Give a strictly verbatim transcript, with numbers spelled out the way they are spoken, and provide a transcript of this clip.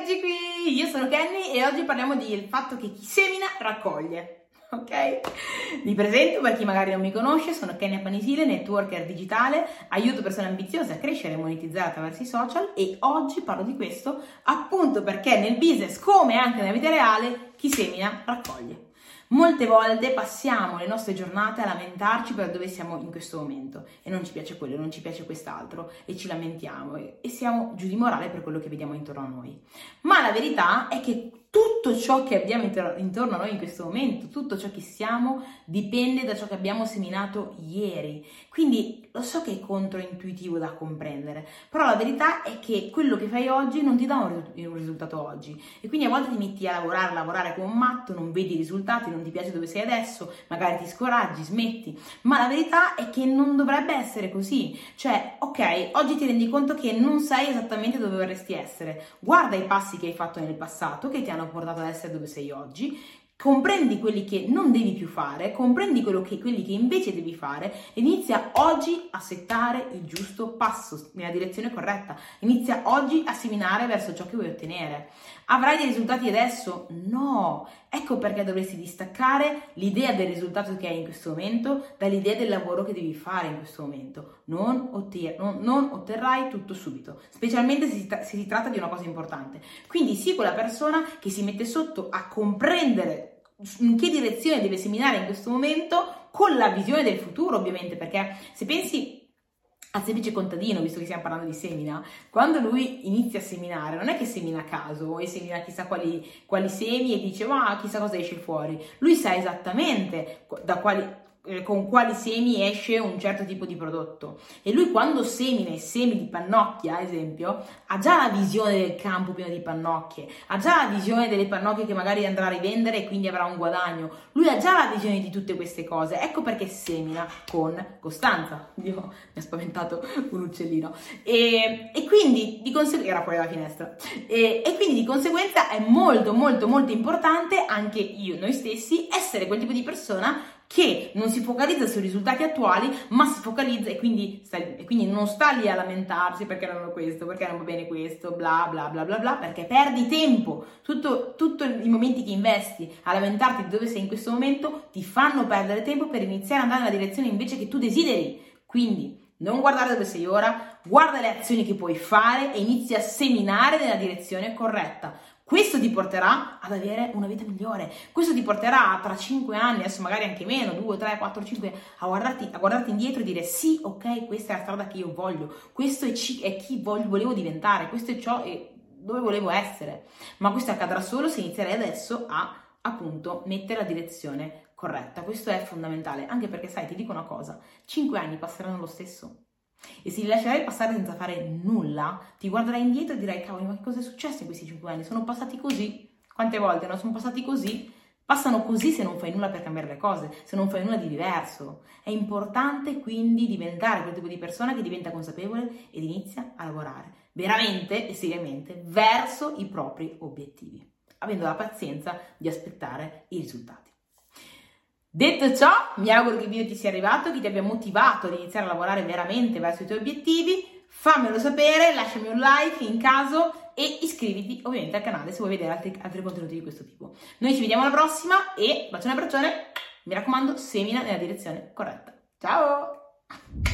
Eccoci qui, io sono Kenny e oggi parliamo del fatto che chi semina raccoglie, ok? Mi presento per chi magari non mi conosce, sono Kenny Appanisile, networker digitale, aiuto persone ambiziose a crescere e monetizzare attraverso i social e oggi parlo di questo appunto perché nel business, come anche nella vita reale, chi semina raccoglie. Molte volte passiamo le nostre giornate a lamentarci per dove siamo in questo momento e non ci piace quello, non ci piace quest'altro e ci lamentiamo e, e siamo giù di morale per quello che vediamo intorno a noi. Ma la verità è che tutto ciò che abbiamo intorno a noi in questo momento, tutto ciò che siamo, dipende da ciò che abbiamo seminato ieri. Quindi lo so che è controintuitivo da comprendere, però la verità è che quello che fai oggi non ti dà un risultato oggi e quindi a volte ti metti a lavorare, lavorare come un matto, non vedi i risultati, non ti piace dove sei adesso, magari ti scoraggi, smetti, ma la verità è che non dovrebbe essere così. Cioè, ok, oggi ti rendi conto che non sai esattamente dove vorresti essere, guarda i passi che hai fatto nel passato che ti hanno portato ad essere dove sei oggi, comprendi quelli che non devi più fare, comprendi quello che, quelli che invece devi fare e inizia oggi a settare il giusto passo nella direzione corretta, inizia oggi a seminare verso ciò che vuoi ottenere. Avrai dei risultati adesso? No! Ecco perché dovresti distaccare l'idea del risultato che hai in questo momento dall'idea del lavoro che devi fare in questo momento. Non, otter- non, non otterrai tutto subito, specialmente se si, tra- se si tratta di una cosa importante. Quindi sii quella persona che si mette sotto a comprendere in che direzione deve seminare in questo momento con la visione del futuro, ovviamente, perché se pensi al semplice contadino, visto che stiamo parlando di semina, quando lui inizia a seminare non è che semina a caso e semina chissà quali, quali semi e dice ma chissà cosa esce fuori, lui sa esattamente da quali con quali semi esce un certo tipo di prodotto e lui quando semina i semi di pannocchia, ad esempio, ha già la visione del campo pieno di pannocchie, ha già la visione delle pannocchie che magari andrà a rivendere e quindi avrà un guadagno, lui ha già la visione di tutte queste cose, ecco perché semina con costanza. Dio, mi ha spaventato un uccellino e, e quindi di conseguenza era fuori dalla finestra e, e quindi di conseguenza è molto molto molto importante anche io, noi stessi, essere quel tipo di persona che non si focalizza sui risultati attuali, ma si focalizza e quindi, sta, e quindi non sta lì a lamentarsi perché non ho questo, perché non va bene questo, bla bla bla bla bla, perché perdi tempo. Tutto, tutto i momenti che investi a lamentarti di dove sei in questo momento ti fanno perdere tempo per iniziare ad andare nella direzione invece che tu desideri. Quindi non guardare dove sei ora, guarda le azioni che puoi fare e inizia a seminare nella direzione corretta. Questo ti porterà ad avere una vita migliore, questo ti porterà tra cinque anni, adesso magari anche meno, due, tre, quattro, cinque, a guardarti, a guardarti indietro e dire sì, ok, questa è la strada che io voglio, questo è, ci, è chi voglio, volevo diventare, questo è ciò e dove volevo essere. Ma questo accadrà solo se inizierai adesso a, appunto, mettere la direzione corretta. Questo è fondamentale, anche perché sai, ti dico una cosa, cinque anni passeranno lo stesso. E se li lascerai passare senza fare nulla, ti guarderai indietro e dirai cavolo, ma che cosa è successo in questi cinque anni? Sono passati così, quante volte non sono passati così? Passano così se non fai nulla per cambiare le cose, se non fai nulla di diverso. È importante quindi diventare quel tipo di persona che diventa consapevole ed inizia a lavorare veramente e seriamente verso i propri obiettivi, avendo la pazienza di aspettare i risultati. Detto ciò, mi auguro che il video ti sia arrivato, che ti abbia motivato ad iniziare a lavorare veramente verso i tuoi obiettivi. Fammelo sapere, lasciami un like in caso e iscriviti ovviamente al canale se vuoi vedere altri, altri contenuti di questo tipo. Noi ci vediamo alla prossima e bacione e abbraccione, mi raccomando, semina nella direzione corretta. Ciao!